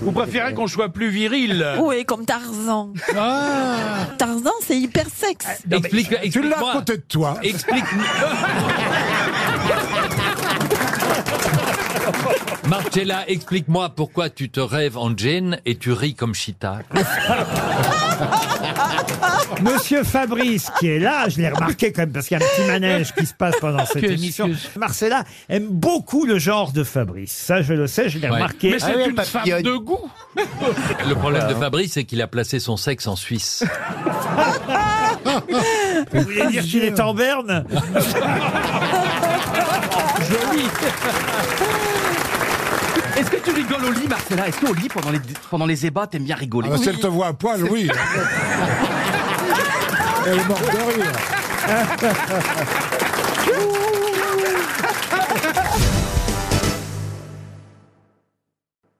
Vous préférez qu'on soit plus viril? Oui, comme Tarzan. Ah. Tarzan, c'est hyper sexe. Tu l'as à Explique-moi. côté de toi. Marcella, explique-moi pourquoi tu te rêves en Jane et tu ris comme Chita. Monsieur Fabrice, qui est là, je l'ai remarqué quand même, parce qu'il y a un petit manège qui se passe pendant cette émission. Marcella aime beaucoup le genre de Fabrice. Ça, je le sais, je l'ai remarqué. Mais c'est une femme de goût. Le problème de Fabrice, c'est qu'il a placé son sexe en Suisse. Vous voulez dire qu'il est en berne? Joli. Est-ce que tu rigoles au lit, Marcella? Est-ce qu'au lit, pendant les ébats, t'aimes bien rigoler? Ah bah, si elle te voit à poil, oui. Elle est morte de rire.